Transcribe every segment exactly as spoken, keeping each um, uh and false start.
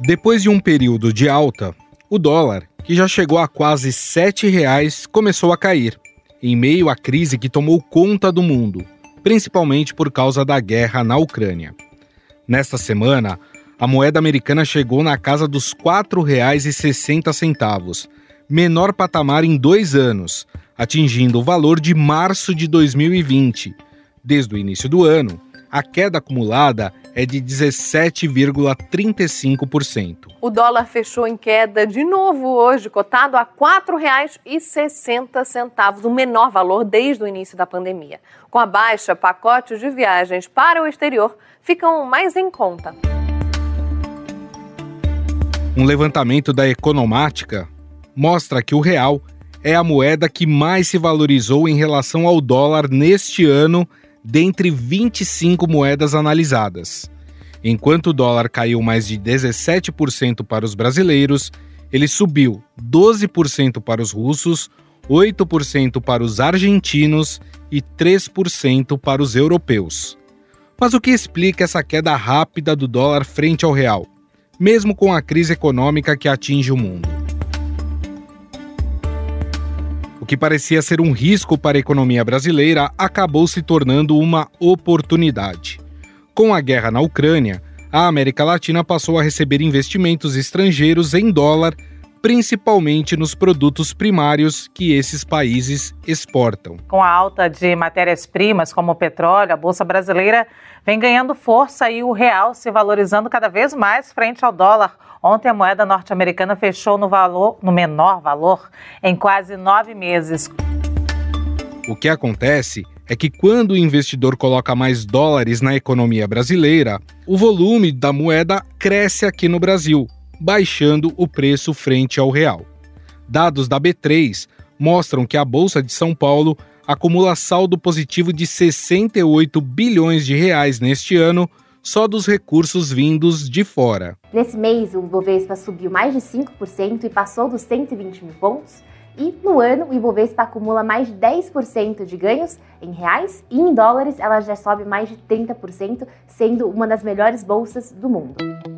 Depois de um período de alta, o dólar, que já chegou a quase sete reais, começou a cair, em meio à crise que tomou conta do mundo, principalmente por causa da guerra na Ucrânia. Nesta semana, a moeda americana chegou na casa dos quatro reais e sessenta centavos, menor patamar em dois anos, atingindo o valor de março de dois mil e vinte. Desde o início do ano, a queda acumulada é de dezessete vírgula trinta e cinco por cento. O dólar fechou em queda de novo hoje, cotado a quatro reais e sessenta centavos, o menor valor desde o início da pandemia. Com a baixa, pacotes de viagens para o exterior ficam mais em conta. Um levantamento da Economática mostra que o real é a moeda que mais se valorizou em relação ao dólar neste ano, dentre vinte e cinco moedas analisadas. Enquanto o dólar caiu mais de dezessete por cento para os brasileiros, ele subiu doze por cento para os russos, oito por cento para os argentinos e três por cento para os europeus. Mas o que explica essa queda rápida do dólar frente ao real, mesmo com a crise econômica que atinge o mundo? O que parecia ser um risco para a economia brasileira acabou se tornando uma oportunidade. Com a guerra na Ucrânia, a América Latina passou a receber investimentos estrangeiros em dólar, principalmente nos produtos primários que esses países exportam. Com a alta de matérias-primas como o petróleo, a Bolsa Brasileira vem ganhando força e o real se valorizando cada vez mais frente ao dólar. Ontem a moeda norte-americana fechou no, valor, no menor valor em quase nove meses. O que acontece é que quando o investidor coloca mais dólares na economia brasileira, o volume da moeda cresce aqui no Brasil, baixando o preço frente ao real. Dados da B três mostram que a Bolsa de São Paulo acumula saldo positivo de sessenta e oito bilhões de reais neste ano, só dos recursos vindos de fora. Nesse mês, o Ibovespa subiu mais de cinco por cento e passou dos cento e vinte mil pontos. E no ano, o Ibovespa acumula mais de dez por cento de ganhos em reais e em dólares ela já sobe mais de trinta por cento, sendo uma das melhores bolsas do mundo.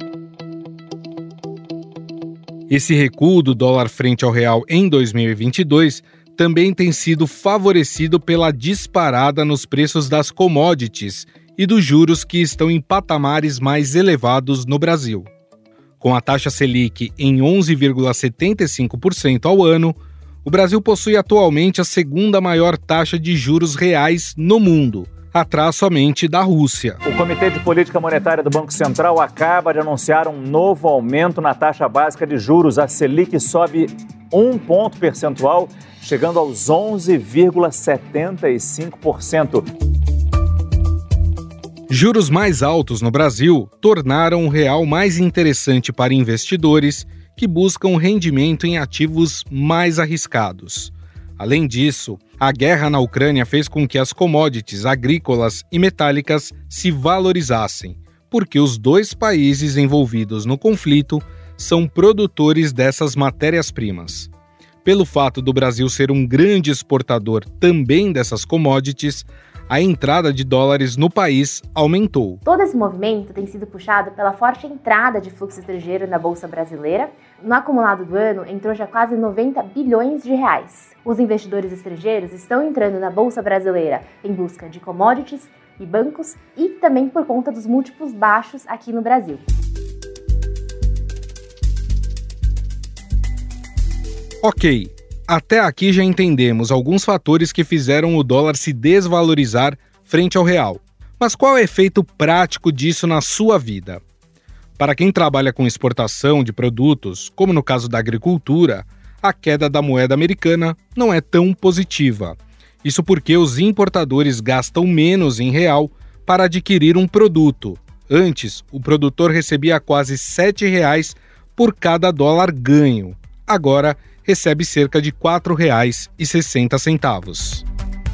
Esse recuo do dólar frente ao real em dois mil e vinte e dois também tem sido favorecido pela disparada nos preços das commodities e dos juros que estão em patamares mais elevados no Brasil. Com a taxa Selic em onze vírgula setenta e cinco por cento ao ano, o Brasil possui atualmente a segunda maior taxa de juros reais no mundo, atrás somente da Rússia. O Comitê de Política Monetária do Banco Central acaba de anunciar um novo aumento na taxa básica de juros. A Selic sobe um ponto percentual, chegando aos onze vírgula setenta e cinco por cento. Juros mais altos no Brasil tornaram o real mais interessante para investidores que buscam rendimento em ativos mais arriscados. Além disso, a guerra na Ucrânia fez com que as commodities agrícolas e metálicas se valorizassem, porque os dois países envolvidos no conflito são produtores dessas matérias-primas. Pelo fato do Brasil ser um grande exportador também dessas commodities, a entrada de dólares no país aumentou. Todo esse movimento tem sido puxado pela forte entrada de fluxo estrangeiro na Bolsa Brasileira. No acumulado do ano, entrou já quase noventa bilhões de reais. Os investidores estrangeiros estão entrando na Bolsa Brasileira em busca de commodities e bancos e também por conta dos múltiplos baixos aqui no Brasil. Ok. Até aqui já entendemos alguns fatores que fizeram o dólar se desvalorizar frente ao real. Mas qual é o efeito prático disso na sua vida? Para quem trabalha com exportação de produtos, como no caso da agricultura, a queda da moeda americana não é tão positiva. Isso porque os importadores gastam menos em real para adquirir um produto. Antes, o produtor recebia quase sete reais por cada dólar ganho. Agora, recebe cerca de quatro reais e sessenta centavos.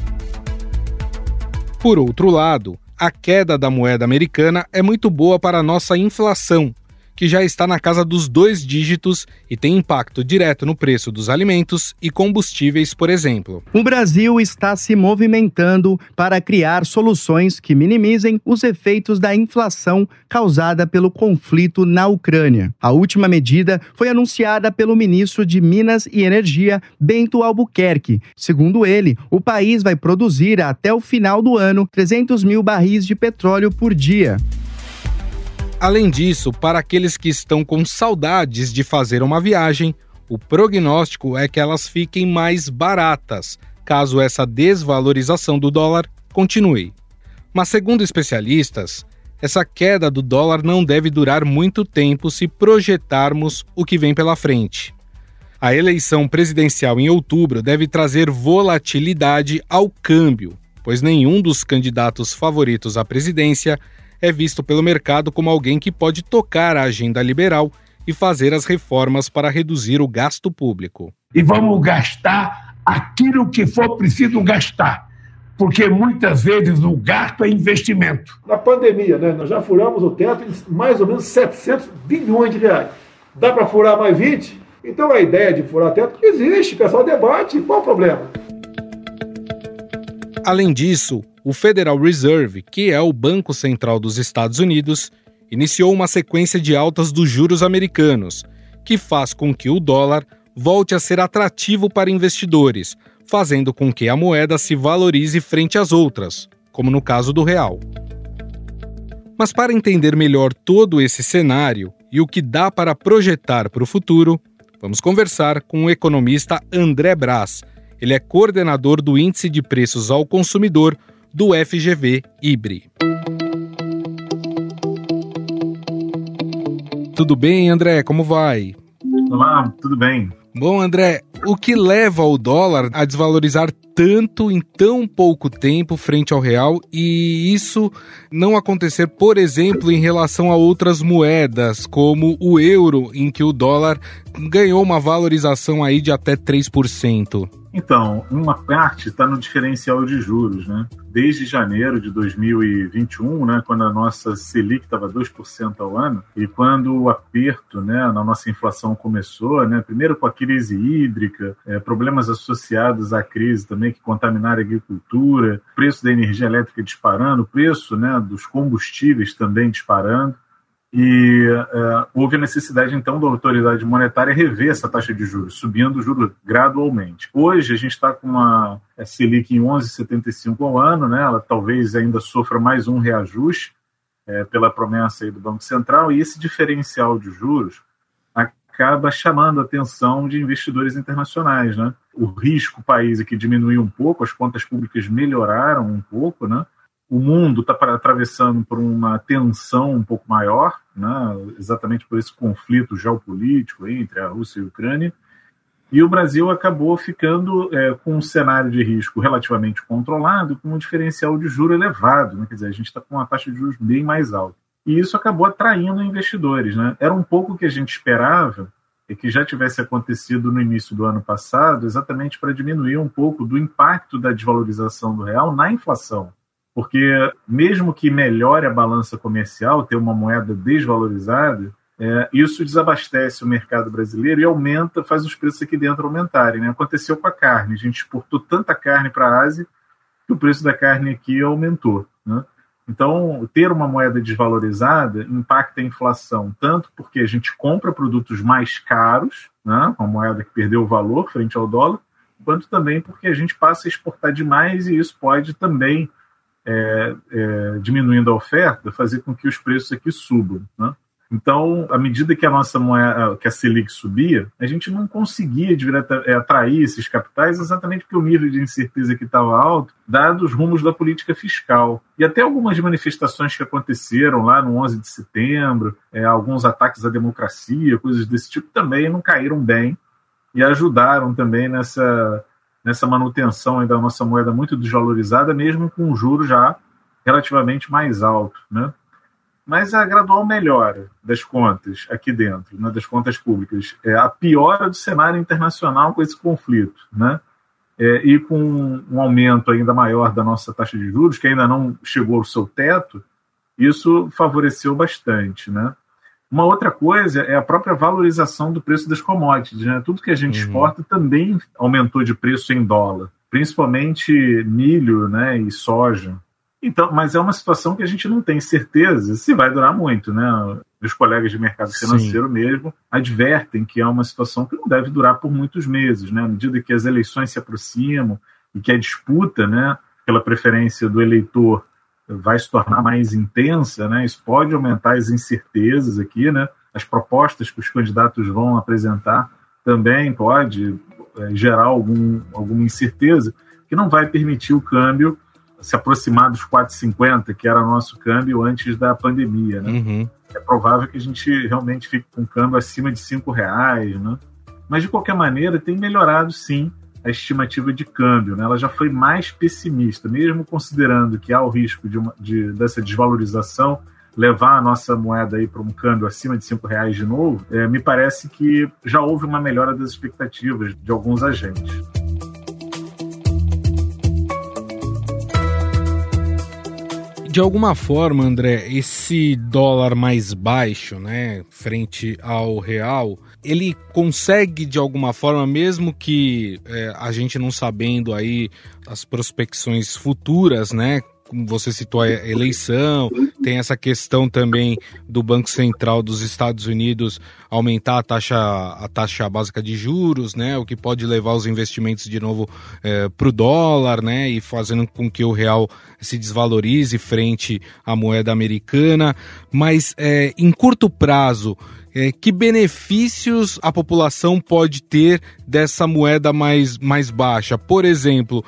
Por outro lado, a queda da moeda americana é muito boa para a nossa inflação, que já está na casa dos dois dígitos e tem impacto direto no preço dos alimentos e combustíveis, por exemplo. O Brasil está se movimentando para criar soluções que minimizem os efeitos da inflação causada pelo conflito na Ucrânia. A última medida foi anunciada pelo ministro de Minas e Energia, Bento Albuquerque. Segundo ele, o país vai produzir até o final do ano trezentos mil barris de petróleo por dia. Além disso, para aqueles que estão com saudades de fazer uma viagem, o prognóstico é que elas fiquem mais baratas, caso essa desvalorização do dólar continue. Mas, segundo especialistas, essa queda do dólar não deve durar muito tempo se projetarmos o que vem pela frente. A eleição presidencial em outubro deve trazer volatilidade ao câmbio, pois nenhum dos candidatos favoritos à presidência é visto pelo mercado como alguém que pode tocar a agenda liberal e fazer as reformas para reduzir o gasto público. E vamos gastar aquilo que for preciso gastar, porque muitas vezes o gasto é investimento. Na pandemia, né, nós já furamos o teto em mais ou menos setecentos bilhões de reais. Dá para furar mais vinte? Então a ideia de furar teto existe, o pessoal debate, qual o problema? Além disso, o Federal Reserve, que é o Banco Central dos Estados Unidos, iniciou uma sequência de altas dos juros americanos, que faz com que o dólar volte a ser atrativo para investidores, fazendo com que a moeda se valorize frente às outras, como no caso do real. Mas para entender melhor todo esse cenário e o que dá para projetar para o futuro, vamos conversar com o economista André Brás. Ele é coordenador do Índice de Preços ao Consumidor do F G V I B R I. Tudo bem, André? Como vai? Olá, tudo bem. Bom, André, o que leva o dólar a desvalorizar tanto em tão pouco tempo frente ao real e isso não acontecer, por exemplo, em relação a outras moedas, como o euro, em que o dólar ganhou uma valorização aí de até três por cento? Então, uma parte está no diferencial de juros, né? Desde janeiro de dois mil e vinte e um, né, quando a nossa Selic estava dois por cento ao ano, e quando o aperto, né, na nossa inflação começou, né, primeiro com a crise hídrica, é, problemas associados à crise também que contaminaram a agricultura, preço da energia elétrica disparando, preço, né, dos combustíveis também disparando, e uh, houve a necessidade, então, da autoridade monetária rever essa taxa de juros, subindo o juro gradualmente. Hoje, a gente está com uma Selic em onze vírgula setenta e cinco ao ano, né? Ela talvez ainda sofra mais um reajuste é, pela promessa aí do Banco Central, e esse diferencial de juros acaba chamando a atenção de investidores internacionais, né? O risco país aqui diminuiu um pouco, as contas públicas melhoraram um pouco, né? O mundo está atravessando por uma tensão um pouco maior, né, exatamente por esse conflito geopolítico entre a Rússia e a Ucrânia, e o Brasil acabou ficando é, com um cenário de risco relativamente controlado, com um diferencial de juro elevado, né, quer dizer, a gente está com uma taxa de juros bem mais alta. E isso acabou atraindo investidores, né? Era um pouco o que a gente esperava e que já tivesse acontecido no início do ano passado, exatamente para diminuir um pouco do impacto da desvalorização do real na inflação. Porque mesmo que melhore a balança comercial, ter uma moeda desvalorizada, é, isso desabastece o mercado brasileiro e aumenta, faz os preços aqui dentro aumentarem, né? Aconteceu com a carne, a gente exportou tanta carne para a Ásia que o preço da carne aqui aumentou, né? Então, ter uma moeda desvalorizada impacta a inflação, tanto porque a gente compra produtos mais caros, né, com a moeda que perdeu o valor frente ao dólar, quanto também porque a gente passa a exportar demais e isso pode também, É, é, diminuindo a oferta, fazer com que os preços aqui subam, né? Então, à medida que a nossa moeda, que a Selic subia, a gente não conseguia atrair esses capitais exatamente porque o nível de incerteza que estava alto, dado os rumos da política fiscal. E até algumas manifestações que aconteceram lá no onze de setembro, é, alguns ataques à democracia, coisas desse tipo, também não caíram bem e ajudaram também nessa... nessa manutenção da nossa moeda muito desvalorizada, mesmo com um juro já relativamente mais alto, né? Mas a gradual melhora das contas aqui dentro, né, das contas públicas, é a piora do cenário internacional com esse conflito, né? É, e com um aumento ainda maior da nossa taxa de juros, que ainda não chegou ao seu teto, isso favoreceu bastante, né? Uma outra coisa é a própria valorização do preço das commodities, né? Tudo que a gente uhum. exporta também aumentou de preço em dólar, principalmente milho, né, e soja. Então, mas é uma situação que a gente não tem certeza se vai durar muito, né? Os colegas de mercado financeiro Sim. mesmo advertem que é uma situação que não deve durar por muitos meses, né? À medida que as eleições se aproximam e que a disputa, né, pela preferência do eleitor vai se tornar mais intensa, né? Isso pode aumentar as incertezas aqui, né? As propostas que os candidatos vão apresentar também pode é, gerar algum, alguma incerteza que não vai permitir o câmbio se aproximar dos quatro e cinquenta, que era nosso câmbio antes da pandemia, né? Uhum. É provável que a gente realmente fique com um câmbio acima de cinco reais, né? Mas, de qualquer maneira, tem melhorado, sim, a estimativa de câmbio, né? Ela já foi mais pessimista, mesmo considerando que há o risco de uma, de, dessa desvalorização levar a nossa moeda aí para um câmbio acima de cinco reais de novo. É, me parece que já houve uma melhora das expectativas de alguns agentes. De alguma forma, André, esse dólar mais baixo, né, frente ao real, ele consegue, de alguma forma, mesmo que é, a gente não sabendo aí as prospecções futuras, né, como você citou a eleição, tem essa questão também do Banco Central dos Estados Unidos aumentar a taxa, a taxa básica de juros, né, o que pode levar os investimentos de novo é, para o dólar, né, e fazendo com que o real se desvalorize frente à moeda americana. Mas é, em curto prazo, é, que benefícios a população pode ter dessa moeda mais, mais baixa? Por exemplo,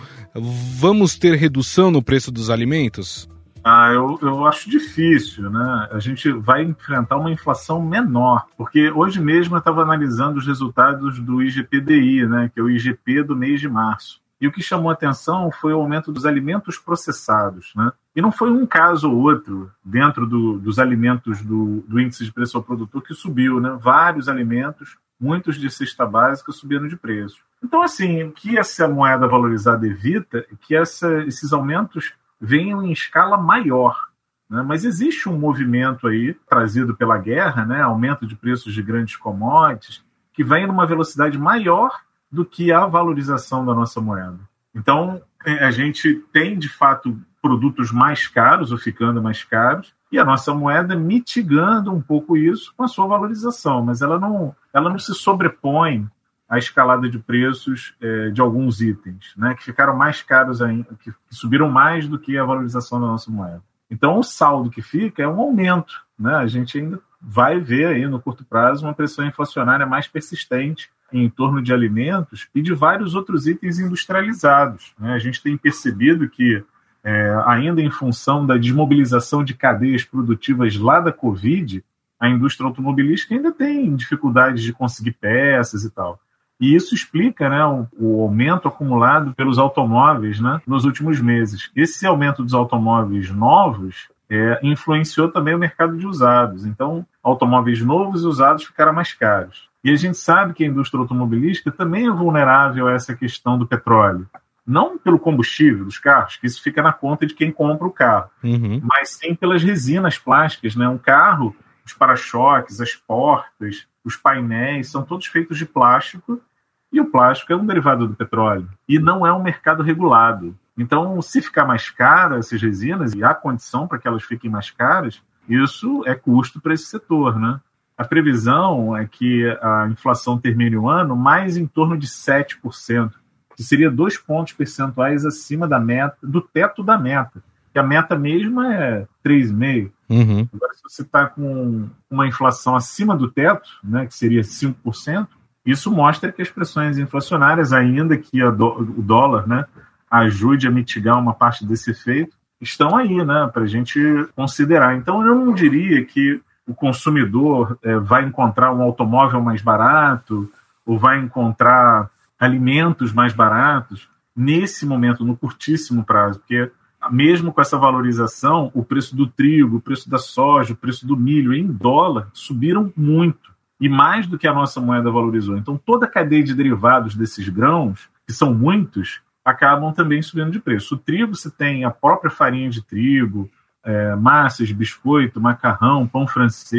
vamos ter redução no preço dos alimentos? Ah, eu, eu acho difícil, né? A gente vai enfrentar uma inflação menor, porque hoje mesmo eu estava analisando os resultados do I G P D I, né? Que é o I G P do mês de março. E o que chamou a atenção foi o aumento dos alimentos processados, né? E não foi um caso ou outro dentro do, dos alimentos do, do índice de preço ao produtor que subiu, né? Vários alimentos, muitos de cesta básica, subiram de preço. Então, assim, o que essa moeda valorizada evita é que essa, esses aumentos venham em escala maior, né? Mas existe um movimento aí, trazido pela guerra, né? Aumento de preços de grandes commodities, que vem numa velocidade maior do que a valorização da nossa moeda. Então, a gente tem, de fato, produtos mais caros ou ficando mais caros, e a nossa moeda mitigando um pouco isso com a sua valorização, mas ela não, ela não se sobrepõe à escalada de preços é, de alguns itens, né, que ficaram mais caros ainda, que, que subiram mais do que a valorização da nossa moeda. Então, o saldo que fica é um aumento, né? A gente ainda vai ver aí no curto prazo uma pressão inflacionária mais persistente em torno de alimentos e de vários outros itens industrializados, né? A gente tem percebido que, é, ainda em função da desmobilização de cadeias produtivas lá da Covid, a indústria automobilística ainda tem dificuldades de conseguir peças e tal. E isso explica, né, o, o aumento acumulado pelos automóveis, né, nos últimos meses. Esse aumento dos automóveis novos é, influenciou também o mercado de usados. Então, automóveis novos e usados ficaram mais caros. E a gente sabe que a indústria automobilística também é vulnerável a essa questão do petróleo. Não pelo combustível dos carros, que isso fica na conta de quem compra o carro, uhum. mas sim pelas resinas plásticas, né? Um carro, os para-choques, as portas, os painéis, são todos feitos de plástico, e o plástico é um derivado do petróleo, e não é um mercado regulado. Então, se ficar mais caro essas resinas, e há condição para que elas fiquem mais caras, isso é custo para esse setor, né? A previsão é que a inflação termine o ano mais em torno de sete por cento, que seria dois pontos percentuais acima da meta, do teto da meta, que a meta mesmo é três vírgula cinco por cento. Uhum. Agora, se você está com uma inflação acima do teto, né, que seria cinco por cento, isso mostra que as pressões inflacionárias, ainda que a do, o dólar, né, ajude a mitigar uma parte desse efeito, estão aí, né, para a gente considerar. Então, eu não diria que o consumidor é, vai encontrar um automóvel mais barato ou vai encontrar alimentos mais baratos nesse momento, no curtíssimo prazo, porque mesmo com essa valorização, o preço do trigo, o preço da soja, o preço do milho em dólar subiram muito, e mais do que a nossa moeda valorizou. Então, toda a cadeia de derivados desses grãos, que são muitos, acabam também subindo de preço. O trigo, você tem a própria farinha de trigo, é, massas, biscoito, macarrão, pão francês,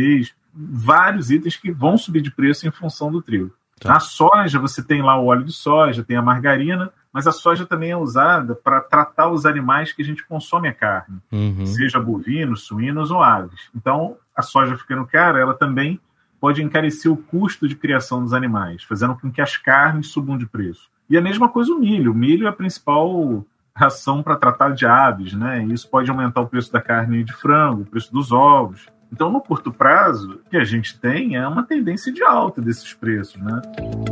vários itens que vão subir de preço em função do trigo. Tá. A soja, você tem lá o óleo de soja, tem a margarina, mas a soja também é usada para tratar os animais que a gente consome a carne, Uhum. seja bovinos, suínos ou aves. Então, a soja ficando cara, ela também pode encarecer o custo de criação dos animais, fazendo com que as carnes subam de preço. E a mesma coisa o milho. O milho é a principal ração para tratar de aves, né? E isso pode aumentar o preço da carne de frango, o preço dos ovos. Então, no curto prazo, o que a gente tem é uma tendência de alta desses preços, né?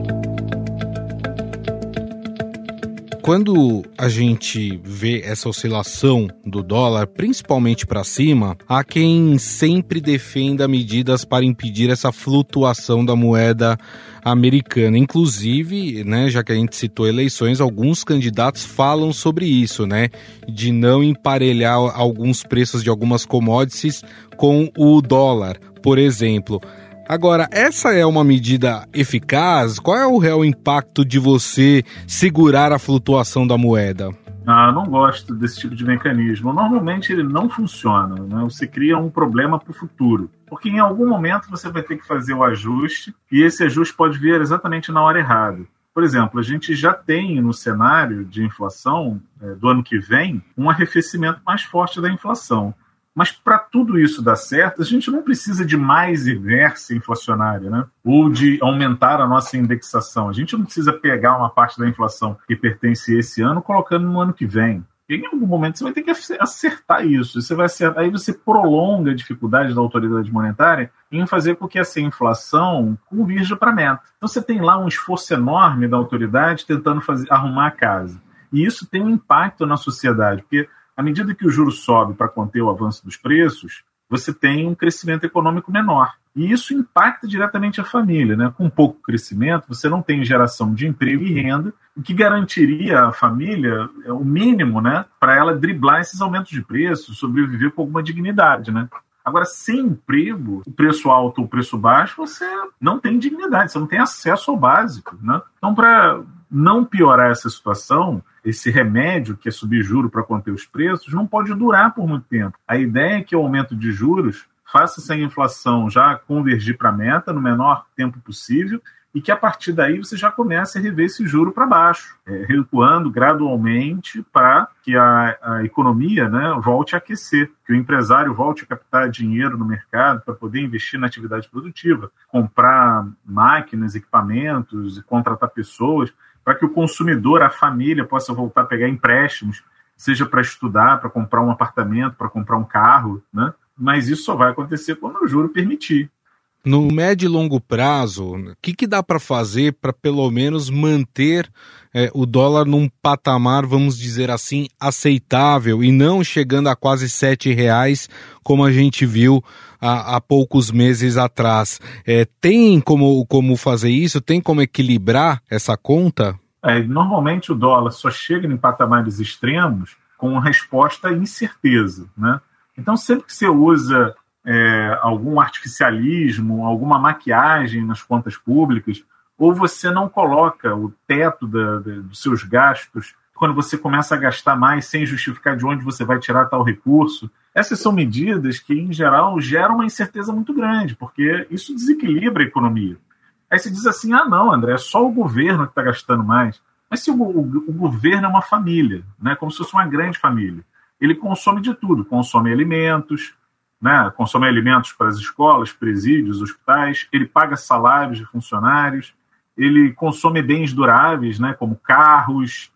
Quando a gente vê essa oscilação do dólar, principalmente para cima, há quem sempre defenda medidas para impedir essa flutuação da moeda americana. Inclusive, né, já que a gente citou eleições, alguns candidatos falam sobre isso, né, de não emparelhar alguns preços de algumas commodities com o dólar, por exemplo. Agora, essa é uma medida eficaz? Qual é o real impacto de você segurar a flutuação da moeda? Ah, eu não gosto desse tipo de mecanismo. Normalmente ele não funciona, né? Você cria um problema para o futuro. Porque em algum momento você vai ter que fazer o ajuste e esse ajuste pode vir exatamente na hora errada. Por exemplo, a gente já tem no cenário de inflação é, do ano que vem um arrefecimento mais forte da inflação. Mas para tudo isso dar certo, a gente não precisa de mais inércia inflacionária, né? Ou de aumentar a nossa indexação. A gente não precisa pegar uma parte da inflação que pertence a esse ano colocando no ano que vem. E em algum momento você vai ter que acertar isso. Você vai acertar, aí você prolonga a dificuldade da autoridade monetária em fazer com que essa inflação convirja para a meta. Então você tem lá um esforço enorme da autoridade tentando fazer, arrumar a casa. E isso tem um impacto na sociedade, porque à medida que o juro sobe para conter o avanço dos preços, você tem um crescimento econômico menor. E isso impacta diretamente a família, né? Com pouco crescimento, você não tem geração de emprego e renda, o que garantiria à família o mínimo, né, para ela driblar esses aumentos de preço, sobreviver com alguma dignidade, né? Agora, sem emprego, o preço alto ou o preço baixo, você não tem dignidade, você não tem acesso ao básico, né? Então, para não piorar essa situação, esse remédio, que é subir juros para conter os preços, não pode durar por muito tempo. A ideia é que o aumento de juros faça essa inflação já convergir para a meta no menor tempo possível e que a partir daí você já comece a rever esse juro para baixo, é, recuando gradualmente para que a, a economia, né, volte a aquecer, que o empresário volte a captar dinheiro no mercado para poder investir na atividade produtiva, comprar máquinas, equipamentos e contratar pessoas, para que o consumidor, a família, possa voltar a pegar empréstimos, seja para estudar, para comprar um apartamento, para comprar um carro, né? Mas isso só vai acontecer quando o juro permitir. No médio e longo prazo, o que, que dá para fazer para pelo menos manter é, o dólar num patamar, vamos dizer assim, aceitável e não chegando a quase sete reais, como a gente viu há, há poucos meses atrás? É, tem como, como fazer isso? Tem como equilibrar essa conta? É, normalmente o dólar só chega em patamares extremos com resposta à incerteza, né? Então, sempre que você usa é, algum artificialismo, alguma maquiagem nas contas públicas, ou você não coloca o teto da, da, dos seus gastos, quando você começa a gastar mais sem justificar de onde você vai tirar tal recurso, essas são medidas que, em geral, geram uma incerteza muito grande, porque isso desequilibra a economia. Aí você diz assim, ah, não, André, é só o governo que está gastando mais. Mas se o, o, o governo é uma família, né, como se fosse uma grande família, ele consome de tudo, consome alimentos, né, consome alimentos para as escolas, presídios, hospitais, ele paga salários de funcionários, ele consome bens duráveis, né, como carros,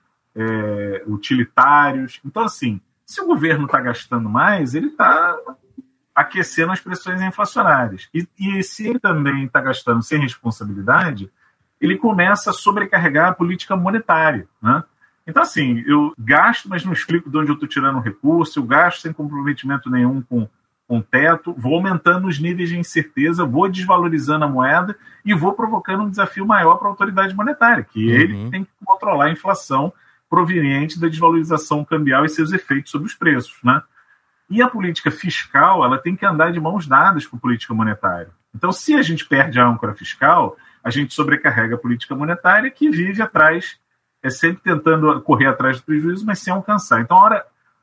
é, utilitários. Então, assim, se o governo está gastando mais, ele está aquecendo as pressões inflacionárias. E, e se ele também está gastando sem responsabilidade, ele começa a sobrecarregar a política monetária, né? Então, assim, eu gasto, mas não explico de onde eu estou tirando o recurso, eu gasto sem comprometimento nenhum com com teto, vou aumentando os níveis de incerteza, vou desvalorizando a moeda e vou provocando um desafio maior para a autoridade monetária, que uhum. ele tem que controlar a inflação proveniente da desvalorização cambial e seus efeitos sobre os preços, né? E a política fiscal, ela tem que andar de mãos dadas com a política monetária. Então, se a gente perde a âncora fiscal, a gente sobrecarrega a política monetária, que vive atrás, é sempre tentando correr atrás do prejuízo, mas sem alcançar. Então, a hora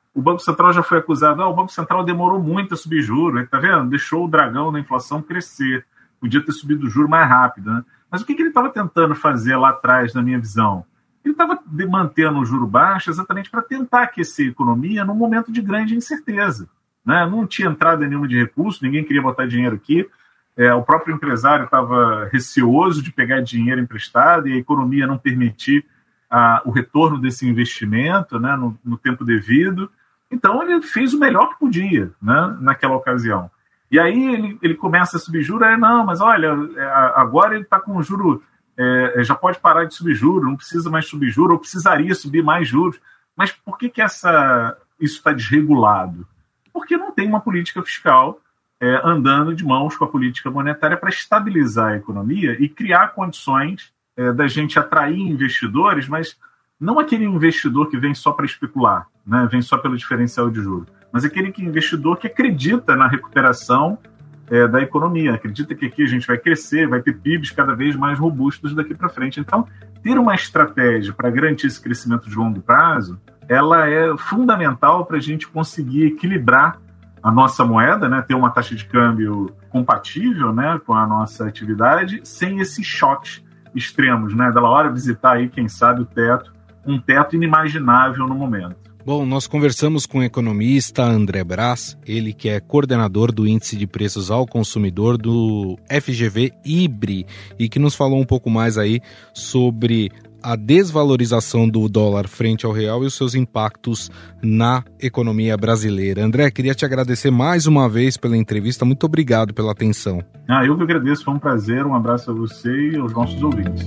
o Banco Central já foi acusado, ah, o Banco Central demorou muito a subir juros, tá vendo? Deixou o dragão da inflação crescer, podia ter subido o juro mais rápido, né? Mas o que, que ele estava tentando fazer lá atrás, na minha visão? Ele estava mantendo o juro baixo exatamente para tentar aquecer a economia num momento de grande incerteza, né? Não tinha entrada nenhuma de recurso, ninguém queria botar dinheiro aqui, é, o próprio empresário estava receoso de pegar dinheiro emprestado e a economia não permitir a, o retorno desse investimento, né, no, no tempo devido. Então ele fez o melhor que podia, né, naquela ocasião. E aí ele, ele começa a subir juros, é, não, mas olha, agora ele está com o juro, é, já pode parar de subir juros, não precisa mais subir juros, ou precisaria subir mais juros. Mas por que, que essa, isso está desregulado? Porque não tem uma política fiscal é, andando de mãos com a política monetária para estabilizar a economia e criar condições é, da gente atrair investidores, mas não aquele investidor que vem só para especular, né, vem só pelo diferencial de juros, mas aquele que, investidor que acredita na recuperação é, da economia, acredita que aqui a gente vai crescer, vai ter P I Bs cada vez mais robustos daqui para frente. Então, ter uma estratégia para garantir esse crescimento de longo prazo, ela é fundamental para a gente conseguir equilibrar a nossa moeda, né, ter uma taxa de câmbio compatível, né, com a nossa atividade, sem esses choques extremos, né, da hora visitar aí, quem sabe, o teto, um teto inimaginável no momento. Bom, nós conversamos com o economista André Brás, ele que é coordenador do Índice de Preços ao Consumidor do F G V I B R I e que nos falou um pouco mais aí sobre a desvalorização do dólar frente ao real e os seus impactos na economia brasileira. André, queria te agradecer mais uma vez pela entrevista. Muito obrigado pela atenção. Ah, eu que agradeço, foi um prazer. Um abraço a você e aos nossos ouvintes.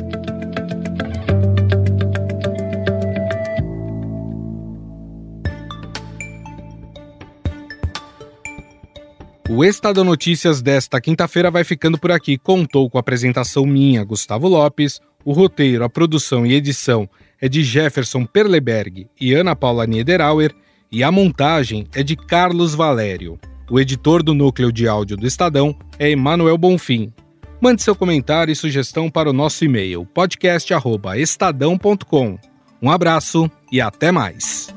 O Estadão Notícias desta quinta-feira vai ficando por aqui. Contou com a apresentação minha, Gustavo Lopes. O roteiro, a produção e edição é de Jefferson Perleberg e Ana Paula Niederauer. E a montagem é de Carlos Valério. O editor do núcleo de áudio do Estadão é Emanuel Bonfim. Mande seu comentário e sugestão para o nosso e-mail podcast arroba estadão ponto com. Um abraço e até mais.